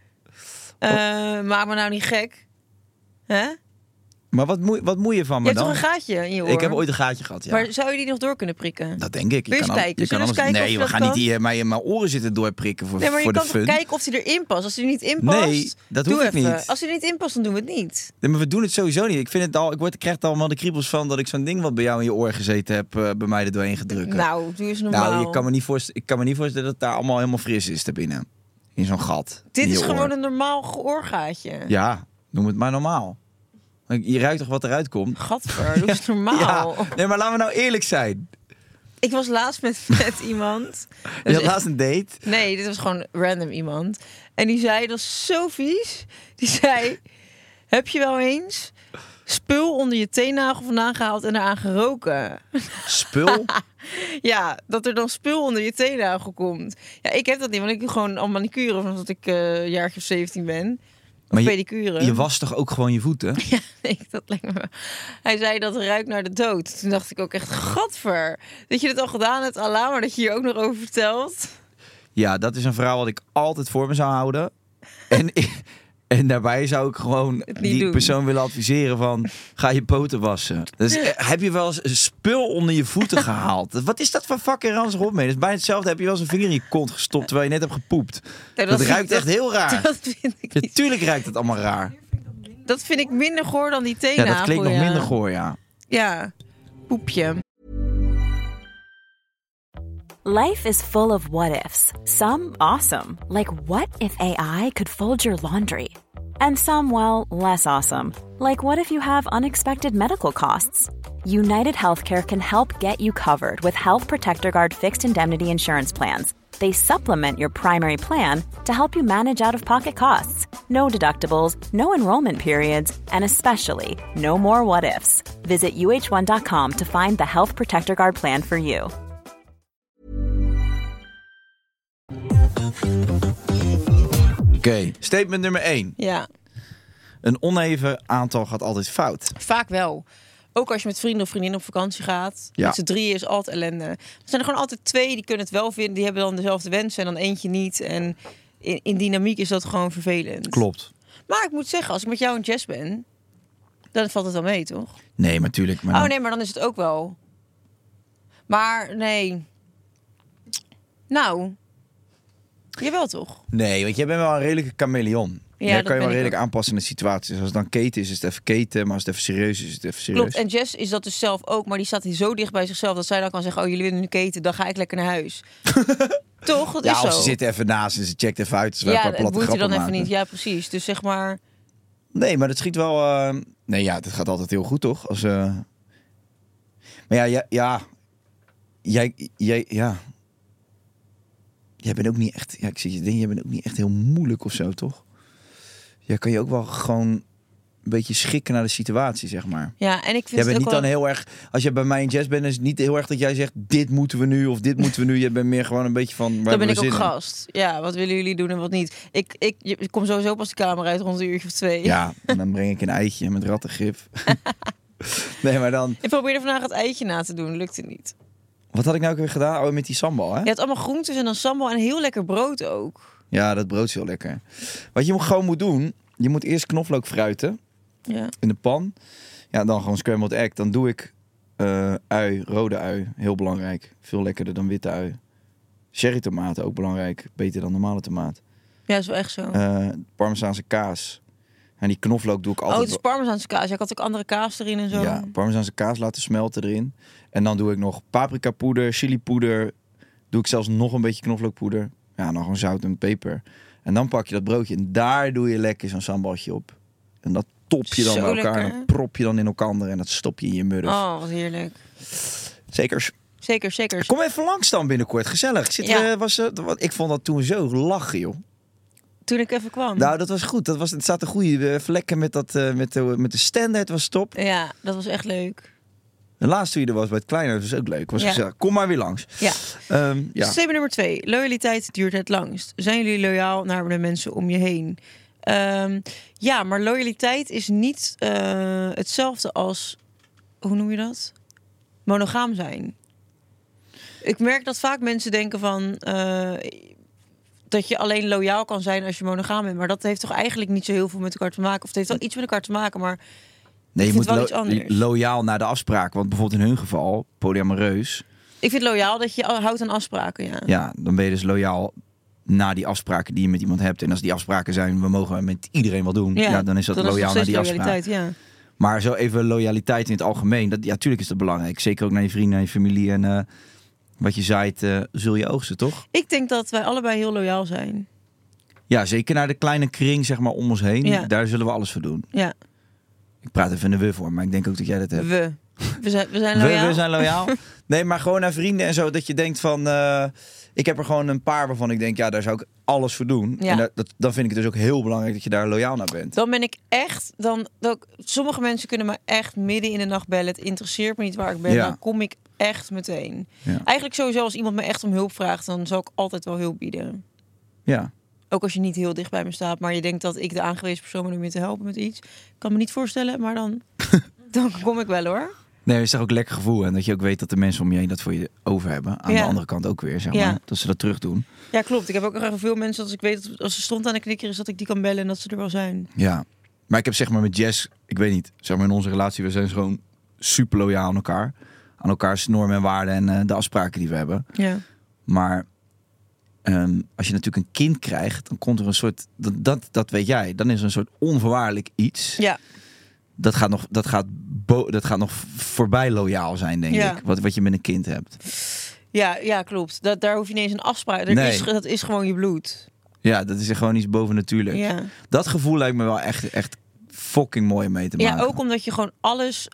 Maak me nou niet gek. Hè? Maar wat moet je van me dan? Je hebt dan? toch een gaatje in je oor? Ik heb ooit een gaatje gehad, ja. Maar zou je die nog door kunnen prikken? Dat denk ik. Wil je eens kijken? Zullen we eens kijken of nee, je we dat gaan kan? niet hier mijn oren zitten doorprikken voor de fun. Nee, maar je kan toch kijken of hij erin past. Als hij er niet in past, nee, dat hoef ik niet. Als hij er niet in past, dan doen we het niet. Nee, maar we doen het sowieso niet. Ik vind het al, ik krijg er allemaal de kriebels van dat ik zo'n ding wat bij jou in je oor gezeten heb, bij mij er doorheen gedrukt. Nou, doe eens normaal. Nou, ik kan me niet voorstellen dat het daar allemaal helemaal fris is daarbinnen. In zo'n gat. Dit is gewoon een normaal oorgaatje. Ja, noem het maar normaal. Je ruikt toch wat eruit komt? Gadver, doe eens normaal. Ja. Nee, maar laten we nou eerlijk zijn. Ik was laatst met iemand. Je had laatst een date? Nee, dit was gewoon random iemand. En die zei, dat is zo vies. Die zei, heb je wel eens spul onder je teennagel vandaan gehaald en eraan geroken? Spul? Ja, dat er dan spul onder je teennagel komt. Ja, ik heb dat niet, want ik doe gewoon al manicure vanaf dat ik een jaartje of 17 ben. Of Maar pedicure. Je was toch ook gewoon je voeten? Ja, nee, dat lijkt me. Hij zei dat het ruikt naar de dood. Toen dacht ik ook echt, gadver. Dat je het al gedaan hebt, Allah, maar dat je hier ook nog over vertelt. Ja, dat is een verhaal wat ik altijd voor me zou houden. En daarbij zou ik gewoon die doen. persoon willen adviseren van... ga je poten wassen. Dus heb je wel eens een spul onder je voeten gehaald? Wat is dat voor fucking ranzig op mee? Dat is bijna hetzelfde. Heb je wel eens een vinger in je kont gestopt terwijl je net hebt gepoept? Nee, dat ruikt echt heel raar. Dat vind ik niet. Natuurlijk ruikt het allemaal raar. Dat vind ik minder goor dan die Ja, teennagel. dat klinkt nog minder goor, ja. Ja, poepje. Life is full of what ifs. Some awesome, like what if AI could fold your laundry? And some, well, less awesome, like what if you have unexpected medical costs? United Healthcare can help get you covered with Health Protector Guard fixed indemnity insurance plans. They supplement your primary plan to help you manage out-of-pocket costs. No deductibles, no enrollment periods, and especially no more what ifs. Visit uh1.com to find the Health Protector Guard plan for you. Oké, statement nummer 1. Ja, Een oneven aantal gaat altijd fout. vaak wel. Ook als je met vrienden of vriendinnen op vakantie gaat. Ja. Met z'n drieën is altijd ellende. Er zijn er gewoon altijd 2 die kunnen het wel vinden. Die hebben dan dezelfde wensen en dan eentje niet. En in dynamiek is dat gewoon vervelend. Klopt. Maar ik moet zeggen, als ik met jou en Jess ben, dan valt het wel mee, toch? Nee, maar tuurlijk. Maar Oh nee, maar dan is het ook wel. Maar nee. Nou. Jawel toch? Nee, want jij bent wel een redelijke chameleon. Ja, Jij dat kan je wel ben ik redelijk ook. aanpassen in de situaties. Als het dan keten is, is het even keten. Maar als het even serieus is, is het even serieus. Klopt. En Jess is dat dus zelf ook. Maar die staat hier zo dicht bij zichzelf dat zij dan kan zeggen, oh, jullie willen nu keten, dan ga ik lekker naar huis. Toch? Dat Ja, is zo. of ze zitten even naast en ze checkt even uit. Dus wij een Ja, paar het platte boeit je dan grappen even maken. niet. Ja, precies. Dus zeg maar. Nee, maar dat schiet wel... Nee, ja, het gaat altijd heel goed, toch? Als, Maar ja... Jij bent ook niet echt... Ja, ik zie je denken, jij bent ook niet echt heel moeilijk of zo, toch? Jij kan je ook wel gewoon een beetje schikken naar de situatie, zeg maar. Ja, en ik vind Jij het bent ook niet wel... dan heel erg... Als je bij mij in jazz bent, is het niet heel erg dat jij zegt... dit moeten we nu of dit moeten we nu. Je bent meer gewoon een beetje van... waar Dan ben hebben ik we ook zin in? gast. Ja, wat willen jullie doen en wat niet? Ik kom sowieso pas de kamer uit rond een uurtje of 2. Ja, en dan breng ik een eitje met rattengif. Nee, maar dan... Ik probeerde vandaag het eitje na te doen. Lukte niet. Wat had ik nou ook weer gedaan? Oh, met die sambal, hè? Je hebt allemaal groentes en dan sambal en heel lekker brood ook. Ja, dat brood is heel lekker. Wat je gewoon moet doen... Je moet eerst knoflook fruiten Ja. in de pan. Ja, dan gewoon scrambled egg. Dan doe ik ui, rode ui. Heel belangrijk. Veel lekkerder dan witte ui. Cherry tomaten, ook belangrijk. Beter dan normale tomaat. Ja, is wel echt zo. Parmezaanse kaas. En die knoflook doe ik Oh, altijd... het is parmezaanse kaas. Ja, ik had ook andere kaas erin en zo. Ja, parmezaanse kaas laten smelten erin. En dan doe ik nog paprikapoeder, chilipoeder. Doe ik zelfs nog een beetje knoflookpoeder. Ja, nog gewoon zout en peper. En dan pak je dat broodje en daar doe je lekker zo'n sambaltje op. En dat top je dan Zo bij elkaar lekker. en dat prop je dan in elkaar en dat stop je in je murf. Oh, wat heerlijk. Zeker. Zeker, zeker. Kom even langs dan binnenkort, gezellig. Ja. Ik vond dat toen zo lachen, joh. Toen ik even kwam. Nou, dat was goed. Het zaten goede vlekken met de standaard was top. Ja, dat was echt leuk. De laatste toen je er was bij het kleine, dat was ook leuk. Was Ja. gezellig. Kom maar weer langs. Ja. Ja. Statement nummer 2. Loyaliteit duurt het langst. Zijn jullie loyaal naar de mensen om je heen? Ja, maar loyaliteit is niet hetzelfde als... Hoe noem je dat? Monogaam zijn. Ik merk dat vaak mensen denken van... dat je alleen loyaal kan zijn als je monogaam bent. Maar dat heeft toch eigenlijk niet zo heel veel met elkaar te maken. Of het heeft wel iets met elkaar te maken, maar... Nee, je vind moet het wel iets anders. loyaal naar de afspraak. Want bijvoorbeeld in hun geval, polyamoreus... Ik vind loyaal dat je houdt aan afspraken, ja. Ja, dan ben je dus loyaal naar die afspraken die je met iemand hebt. En als die afspraken zijn, we mogen met iedereen wat doen. Ja, dan is dat dan loyaal nog naar die steeds afspraak. loyaliteit, ja. Maar zo even loyaliteit in het algemeen. Ja, tuurlijk is dat belangrijk. Zeker ook naar je vrienden, naar je familie. En wat je zaait, zul je oogsten, toch? Ik denk dat wij allebei heel loyaal zijn. Ja, zeker naar de kleine kring, zeg maar, om ons heen. Ja. Daar zullen we alles voor doen. Ja, Ik praat even in de we voor, maar ik denk ook dat jij dat hebt. we. We zijn loyaal. We zijn loyaal. Nee, maar gewoon naar vrienden en zo. Dat je denkt van... ik heb er gewoon een paar waarvan ik denk... Ja, daar zou ik alles voor doen. Ja. En dan vind ik het dus ook heel belangrijk dat je daar loyaal naar bent. Dan ben ik echt... sommige mensen kunnen me echt midden in de nacht bellen. Het interesseert me niet waar ik ben. Ja. Dan kom ik echt meteen. Ja. Eigenlijk sowieso als iemand me echt om hulp vraagt... dan zal ik altijd wel hulp bieden. Ja. Ook als je niet heel dicht bij me staat... maar je denkt dat ik de aangewezen persoon ben om je te helpen met iets. Ik kan me niet voorstellen, maar dan kom ik wel hoor. Nee, het is toch ook een lekker gevoel. En dat je ook weet dat de mensen om je heen dat voor je over hebben. Aan de andere kant ook weer, zeg maar. Ja. Dat ze dat terug doen. Ja, klopt. Ik heb ook erg veel mensen dat ik weet dat als ze stond aan de knikker is... dat ik die kan bellen en dat ze er wel zijn. Ja. Maar ik heb zeg maar met Jess... Ik weet niet, zeg maar in onze relatie... We zijn gewoon super loyaal aan elkaar. Aan elkaars normen en waarden en de afspraken die we hebben. Ja. Maar als je natuurlijk een kind krijgt... dan komt er een soort... Dat weet jij. Dan is er een soort onvoorwaardelijk iets... Ja. Dat gaat nog voorbij loyaal zijn, denk ik. Wat je met een kind hebt. Ja, klopt. Daar hoef je niet eens een afspraak. Dat is gewoon je bloed. Ja, dat is gewoon iets bovennatuurlijk. Ja. Dat gevoel lijkt me wel echt fucking mooi om mee te maken. Ja, ook omdat je gewoon alles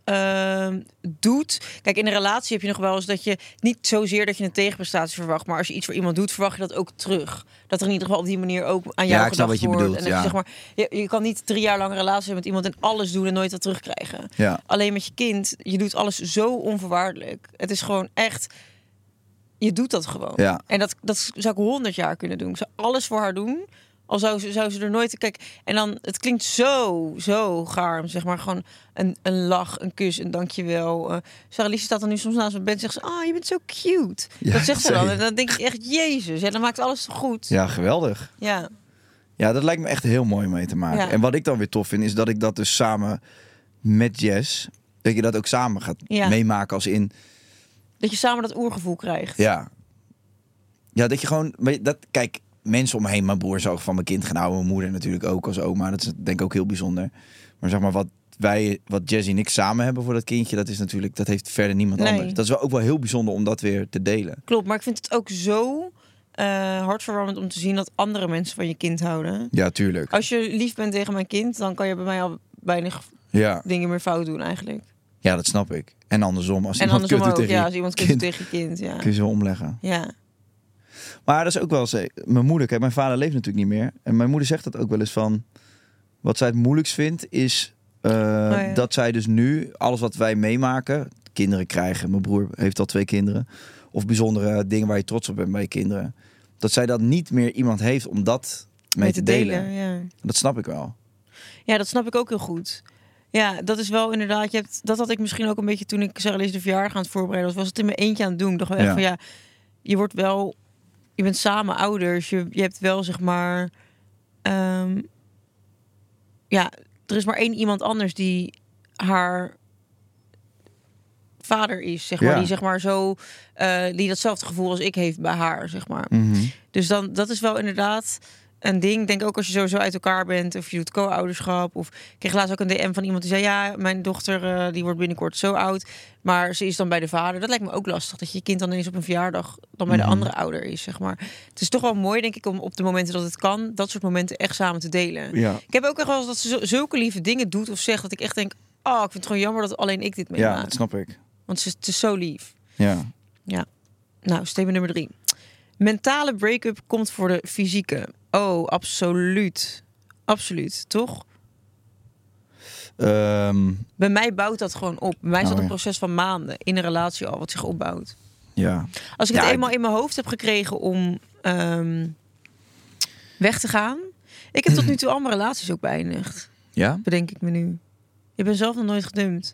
doet. Kijk, in een relatie heb je nog wel eens dat je niet zozeer dat je een tegenprestatie verwacht, maar als je iets voor iemand doet, verwacht je dat ook terug. Dat er in ieder geval op die manier ook aan jou gedacht wordt. Bedoelt, en dat je, zeg maar, je kan niet 3 jaar lang een relatie hebben met iemand en alles doen en nooit wat terugkrijgen. Ja. Alleen met je kind, je doet alles zo onvoorwaardelijk. Het is gewoon echt, je doet dat gewoon. Ja. En dat zou ik 100 jaar kunnen doen. Ik zou alles voor haar doen. Al zou ze er nooit... Kijk, en dan... Het klinkt zo gaar. Zeg maar gewoon een lach, een kus, een dankjewel. Sarah Lies staat dan nu soms naast mijn bed en zegt ze... je bent zo cute. Ja, dat zegt ze dan. En dan denk ik echt, jezus. Ja, dan maakt alles toch goed. Ja, geweldig. Ja. Ja, dat lijkt me echt heel mooi om mee te maken. Ja. En wat ik dan weer tof vind, is dat ik dat dus samen met Jess... Dat je dat ook samen gaat meemaken als in... Dat je samen dat oergevoel krijgt. Ja. Ja, dat je gewoon... Kijk... Mensen om me heen, mijn broer is ook van mijn kind gaan houden. Mijn moeder natuurlijk ook als oma. Dat is denk ik ook heel bijzonder. Maar zeg maar, wat Jess en ik samen hebben voor dat kindje... dat is natuurlijk, dat heeft verder niemand anders. Dat is wel ook wel heel bijzonder om dat weer te delen. Klopt, maar ik vind het ook zo hartverwarmend om te zien... dat andere mensen van je kind houden. Ja, tuurlijk. Als je lief bent tegen mijn kind... dan kan je bij mij al weinig dingen meer fout doen eigenlijk. Ja, dat snap ik. En andersom. Als en iemand andersom kut doet ook, tegen als iemand kut doet tegen je kind. Ja. Kun je ze wel omleggen. Ja. Maar dat is ook wel eens... Mijn moeder, kijk, mijn vader leeft natuurlijk niet meer. En mijn moeder zegt dat ook wel eens van... Wat zij het moeilijkst vindt is... dat zij dus nu, alles wat wij meemaken... Kinderen krijgen, mijn broer heeft al 2 kinderen... Of bijzondere dingen waar je trots op bent bij je kinderen... Dat zij dat niet meer iemand heeft om dat mee te delen. Ja. Dat snap ik wel. Ja, dat snap ik ook heel goed. Ja, dat is wel inderdaad... dat had ik misschien ook een beetje toen ik Sarah Lies de verjaardag aan het voorbereiden was het in mijn eentje aan het doen. Ik dacht wel echt van je wordt wel... Je bent samen ouders. Je hebt wel, zeg maar... er is maar 1 iemand anders die haar vader is, zeg maar. Die, zeg maar, zo... die datzelfde gevoel als ik heeft bij haar, zeg maar. Mm-hmm. Dus dan, dat is wel inderdaad een ding. Ik denk ook als je sowieso uit elkaar bent... of je doet co-ouderschap. Of ik kreeg laatst ook een DM van iemand die zei... ja, mijn dochter die wordt binnenkort zo oud... maar ze is dan bij de vader. Dat lijkt me ook lastig. Dat je kind dan ineens op een verjaardag... dan bij de andere ouder is, zeg maar. Het is toch wel mooi, denk ik... om op de momenten dat het kan... dat soort momenten echt samen te delen. Ja. Ik heb ook echt wel eens dat ze zulke lieve dingen doet of zegt... dat ik echt denk... ik vind het gewoon jammer dat alleen ik dit meemaak. Ja, dat snap ik. Want het is zo lief. Ja. Nou, statement nummer 3. Mentale break-up komt voor de fysieke. Oh, absoluut. Absoluut, toch? Bij mij bouwt dat gewoon op. Bij mij is dat een proces van maanden in een relatie al, wat zich opbouwt. Ja. Als ik het eenmaal in mijn hoofd heb gekregen om weg te gaan... Ik heb tot nu toe allemaal relaties ook beëindigd. Ja? Bedenk ik me nu. Je bent zelf nog nooit gedumpt.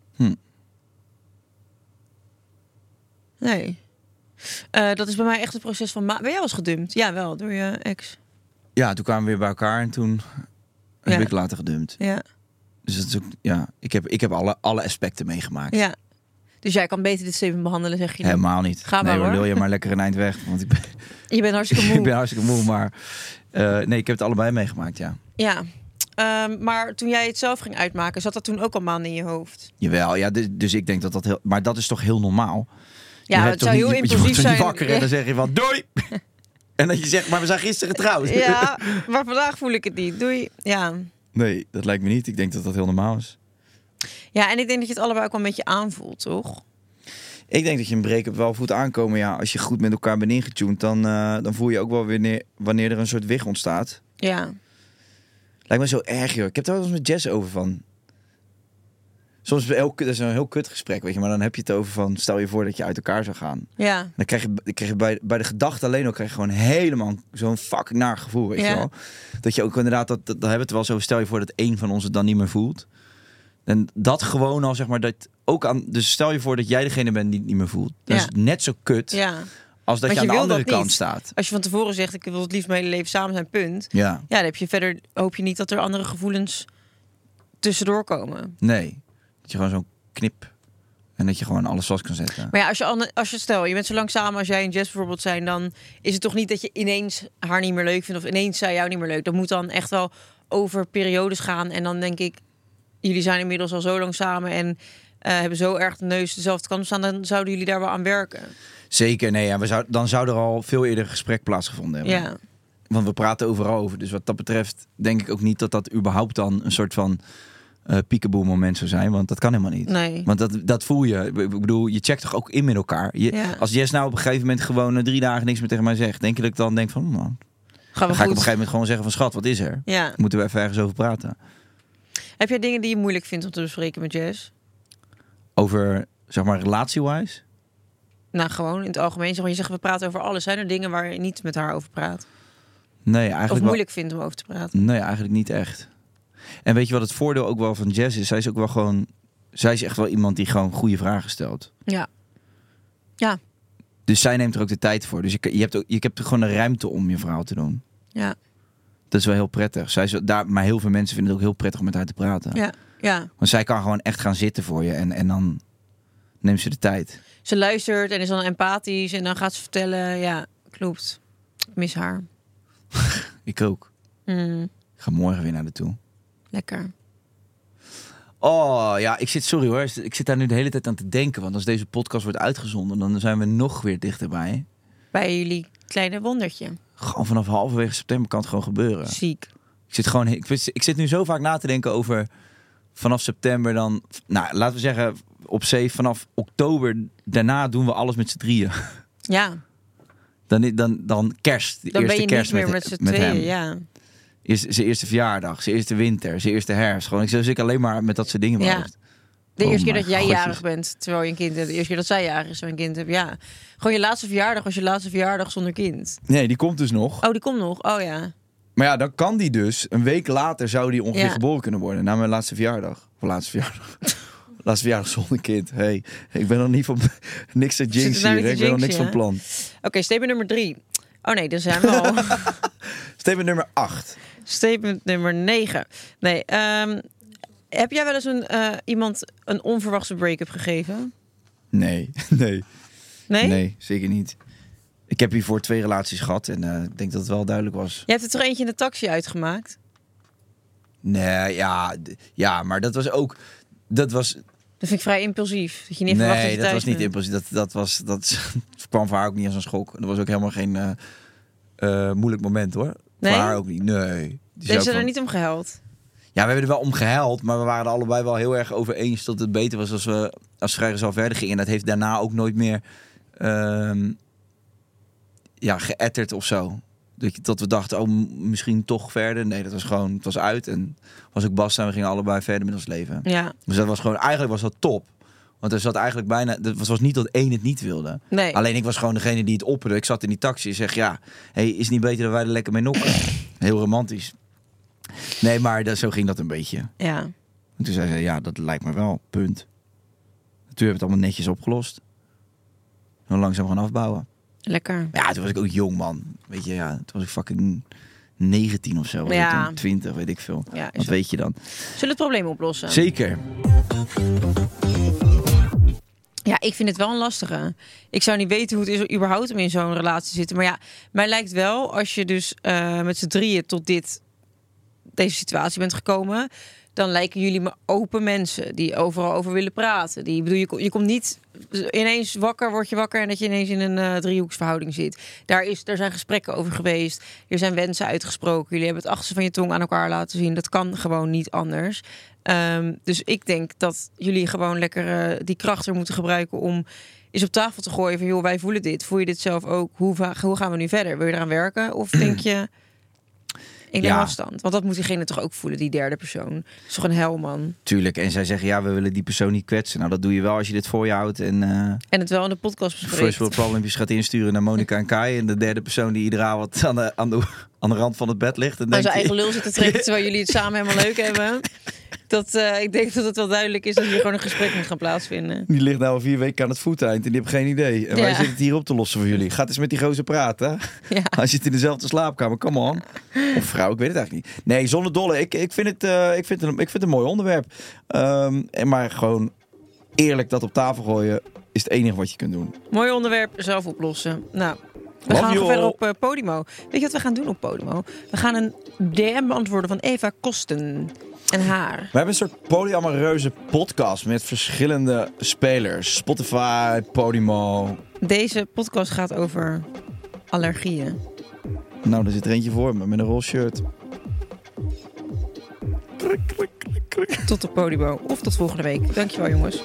Nee. Dat is bij mij echt een proces van... Ben jij wel eens gedumpt? Ja, wel, door je ex. Ja, toen kwamen we weer bij elkaar en toen heb ik later gedumpt. Ja. Dus dat is ook, ik heb alle aspecten meegemaakt. Ja. Dus jij kan beter dit statement behandelen, zeg je dan? Helemaal niet. Ga maar, hoor. Lul je maar lekker een eind weg. Want je bent hartstikke moe. Ik ben hartstikke moe, maar... nee, ik heb het allebei meegemaakt, ja. Ja. Maar toen jij het zelf ging uitmaken, zat dat toen ook al maanden in je hoofd? Jawel, ja. Dus ik denk dat dat heel... Maar dat is toch heel normaal? Ja, het zou heel impulsief zijn. Je wakker en dan zeg je van doei! En dat je zegt, maar we zijn gisteren getrouwd. Ja, maar vandaag voel ik het niet. Doei. Ja. Nee, dat lijkt me niet. Ik denk dat dat heel normaal is. Ja, en ik denk dat je het allebei ook wel een beetje aanvoelt, toch? Ik denk dat je een break-up wel voelt aankomen. Ja, als je goed met elkaar bent ingetuned, dan voel je ook wel wanneer er een soort wig ontstaat. Ja. Lijkt me zo erg, joh. Ik heb het wel eens met Jess over van. Soms is het dat is een heel kut gesprek, weet je. Maar dan heb je het over van, stel je voor dat je uit elkaar zou gaan. Ja. Dan krijg je bij de gedachte alleen al krijg je gewoon helemaal zo'n fucking naar gevoel, weet je wel. Dat je ook inderdaad, dat hebben we het wel zo. Stel je voor dat één van ons het dan niet meer voelt. En dat gewoon al, zeg maar, dat ook aan. Dus stel je voor dat jij degene bent die het niet meer voelt. Dat is net zo kut. Ja. Als dat je aan de andere kant staat. Als je van tevoren zegt, ik wil het liefst mijn hele leven samen zijn, punt. Ja, Dan heb je verder, hoop je niet dat er andere gevoelens tussendoor komen. Nee. Dat je gewoon zo'n knip. En dat je gewoon alles vast kan zetten. Maar ja, als je stel, je bent zo lang samen als jij en Jess bijvoorbeeld zijn, dan is het toch niet dat je ineens haar niet meer leuk vindt of ineens zij jou niet meer leuk. Dat moet dan echt wel over periodes gaan. En dan denk ik, jullie zijn inmiddels al zo lang samen en hebben zo erg de neus dezelfde kant op staan, dan zouden jullie daar wel aan werken. Zeker, nee. Ja, dan zou er al veel eerder een gesprek plaatsgevonden hebben. Ja. Want we praten overal over. Dus wat dat betreft denk ik ook niet dat dat überhaupt dan een soort van peekaboo moment zou zijn. Want dat kan helemaal niet. Nee. Want dat voel je. Ik bedoel, je checkt toch ook in met elkaar. Als Jess nou op een gegeven moment gewoon 3 dagen niks meer tegen mij zegt, denk je dat ik dan denk van, man, ga ik op een gegeven moment gewoon zeggen van, schat, wat is er? Ja. Moeten we even ergens over praten? Heb jij dingen die je moeilijk vindt om te bespreken met Jess? Over, zeg maar, relatie-wise? Nou, gewoon in het algemeen. Zeg maar, je zegt, we praten over alles. Zijn er dingen waar je niet met haar over praat? Nee, eigenlijk of moeilijk vindt om over te praten? Nee, eigenlijk niet echt. En weet je wat het voordeel ook wel van Jess is? Zij is ook wel gewoon. Zij is echt wel iemand die gewoon goede vragen stelt. Ja. Ja. Dus zij neemt er ook de tijd voor. Dus je hebt gewoon de ruimte om je verhaal te doen. Ja. Dat is wel heel prettig. Maar heel veel mensen vinden het ook heel prettig om met haar te praten. Ja. Ja. Want zij kan gewoon echt gaan zitten voor je. En dan neemt ze de tijd. Ze luistert en is dan empathisch. En dan gaat ze vertellen. Ja, klopt. Ik mis haar. Ik ook. Ik ga morgen weer naar de toe. Lekker. Oh ja, ik zit daar nu de hele tijd aan te denken. Want als deze podcast wordt uitgezonden, dan zijn we nog weer dichterbij. Bij jullie kleine wondertje. Gewoon vanaf halverwege september kan het gewoon gebeuren. Ziek. Ik zit nu zo vaak na te denken over vanaf september dan. Nou, laten we zeggen op zee vanaf oktober. Daarna doen we alles met z'n drieën. Ja. Dan kerst. De dan eerste ben je kerst niet meer met z'n tweeën, hem. ja. Zijn eerste verjaardag, zijn eerste winter, zijn eerste herfst. Gewoon, ik zit alleen maar met dat soort dingen. Ja. De eerste keer dat jij godjes. jarig bent, terwijl je een kind hebt. De eerste keer dat zij jarig is, terwijl je een kind hebt. Ja. Gewoon je laatste verjaardag was je laatste verjaardag zonder kind. Nee, die komt dus nog. Oh, die komt nog. Oh ja. Maar ja, dan kan die dus. Een week later zou die ongeveer geboren kunnen worden. Na mijn laatste verjaardag. Of laatste verjaardag. Laatste verjaardag zonder kind. Hey, ik ben nog niet van niks te jinx hier. Ik ben nog niks van plan. Oké, statement nummer 3. Oh nee, dan zijn we al. Statement nummer 8. Statement nummer 9. Nee, heb jij wel eens iemand een onverwachte break-up gegeven? Nee. Nee, zeker niet. Ik heb hiervoor 2 relaties gehad en ik denk dat het wel duidelijk was. Je hebt er toch eentje in de taxi uitgemaakt? Nee, ja, maar dat was ook. Dat vind ik vrij impulsief. Dat je niet verwacht dat je dat was niet bent. impulsief. Dat kwam voor haar ook niet als een schok. Dat was ook helemaal geen moeilijk moment, hoor. Nee? Voor haar ook niet. Nee. Heeft ze er niet om gehuild? Ja, we hebben er wel om gehuild, maar we waren er allebei wel heel erg over eens dat het beter was als vrijgezel verder gingen. En dat heeft daarna ook nooit meer geëtterd of zo. Dat we dachten, oh, misschien toch verder. Nee, dat was gewoon, het was uit en was ook basta en we gingen allebei verder met ons leven. Ja. Dus dat was gewoon, eigenlijk was dat top. Want er zat eigenlijk bijna, het was niet dat één het niet wilde. Nee. Alleen ik was gewoon degene die het opperde. Ik zat in die taxi en zeg, is het niet beter dat wij er lekker mee nokken? Heel romantisch. Nee, maar zo ging dat een beetje. Ja. En toen zei ze, dat lijkt me wel, punt. Toen hebben we het allemaal netjes opgelost. En langzaam gaan afbouwen. Lekker. Ja, toen was ik ook jong, man. Weet je, toen was ik fucking 19 of zo. Was ik toen 20, weet ik veel. Ja, wat weet je dan? Zullen we het probleem oplossen? Zeker. Ja, ik vind het wel een lastige. Ik zou niet weten hoe het is überhaupt om in zo'n relatie te zitten. Maar ja, mij lijkt wel, als je dus met z'n drieën tot deze situatie bent gekomen, dan lijken jullie me open mensen die overal over willen praten. Die, bedoel, je komt niet ineens word je wakker en dat je ineens in een driehoeksverhouding zit. Daar zijn gesprekken over geweest. Er zijn wensen uitgesproken. Jullie hebben het achterste van je tong aan elkaar laten zien. Dat kan gewoon niet anders. Dus ik denk dat jullie gewoon lekker die kracht er moeten gebruiken om eens op tafel te gooien van, joh, wij voelen dit. Voel je dit zelf ook? Hoe gaan we nu verder? Wil je eraan werken? Of denk je, ik neem afstand? Want dat moet diegene toch ook voelen, die derde persoon. Dat is toch een hel, man? Tuurlijk. En zij zeggen, ja, we willen die persoon niet kwetsen. Nou, dat doe je wel als je dit voor je houdt. En het wel in de podcast bespreekt. First World Problems gaat insturen naar Monica en Kai. En de derde persoon die iedere avond aan de rand van het bed ligt. En zijn eigen lul zit te trekken terwijl jullie het samen helemaal leuk hebben. Ik denk dat het wel duidelijk is dat hier gewoon een gesprek moet gaan plaatsvinden. Die ligt nou al 4 weken aan het voeteind en die heeft geen idee. En wij zitten het hier op te lossen voor jullie. Gaat eens met die gozer praten. Ja. Hij zit in dezelfde slaapkamer, come on. Of vrouw, ik weet het eigenlijk niet. Nee, zonder dolle. Ik vind het een mooi onderwerp. Maar gewoon eerlijk dat op tafel gooien is het enige wat je kunt doen. Mooi onderwerp, zelf oplossen. Nou, we gaan nog verder op Podimo. Weet je wat we gaan doen op Podimo? We gaan een DM beantwoorden van Eva Kosten en haar. We hebben een soort polyamoreuze podcast met verschillende spelers. Spotify, Podimo. Deze podcast gaat over allergieën. Nou, er zit er eentje voor me met een roze shirt. Tot op Podimo of tot volgende week. Dankjewel, jongens.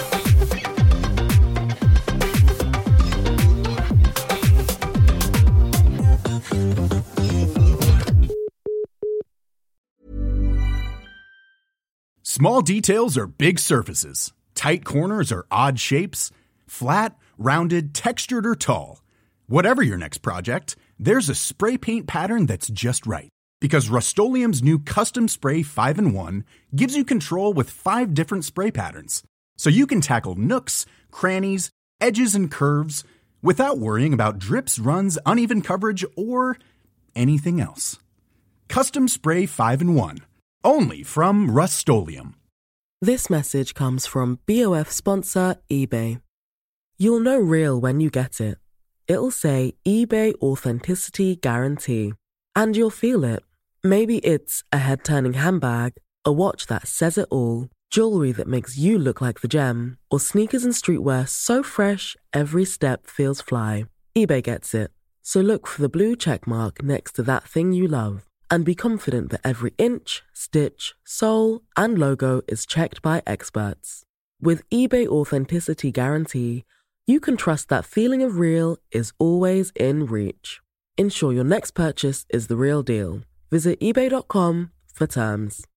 Small details are big surfaces. Tight corners are odd shapes. Flat, rounded, textured, or tall. Whatever your next project, there's a spray paint pattern that's just right. Because Rust-Oleum's new Custom Spray 5-in-1 gives you control with 5 different spray patterns. So you can tackle nooks, crannies, edges, and curves without worrying about drips, runs, uneven coverage, or anything else. Custom Spray 5-in-1. Only from Rust-Oleum. This message comes from BOF sponsor eBay. You'll know real when you get it. It'll say eBay Authenticity Guarantee. And you'll feel it. Maybe it's a head-turning handbag, a watch that says it all, jewelry that makes you look like the gem, or sneakers and streetwear so fresh every step feels fly. eBay gets it. So look for the blue check mark next to that thing you love. And be confident that every inch, stitch, sole, and logo is checked by experts. With eBay Authenticity Guarantee, you can trust that feeling of real is always in reach. Ensure your next purchase is the real deal. Visit eBay.com for terms.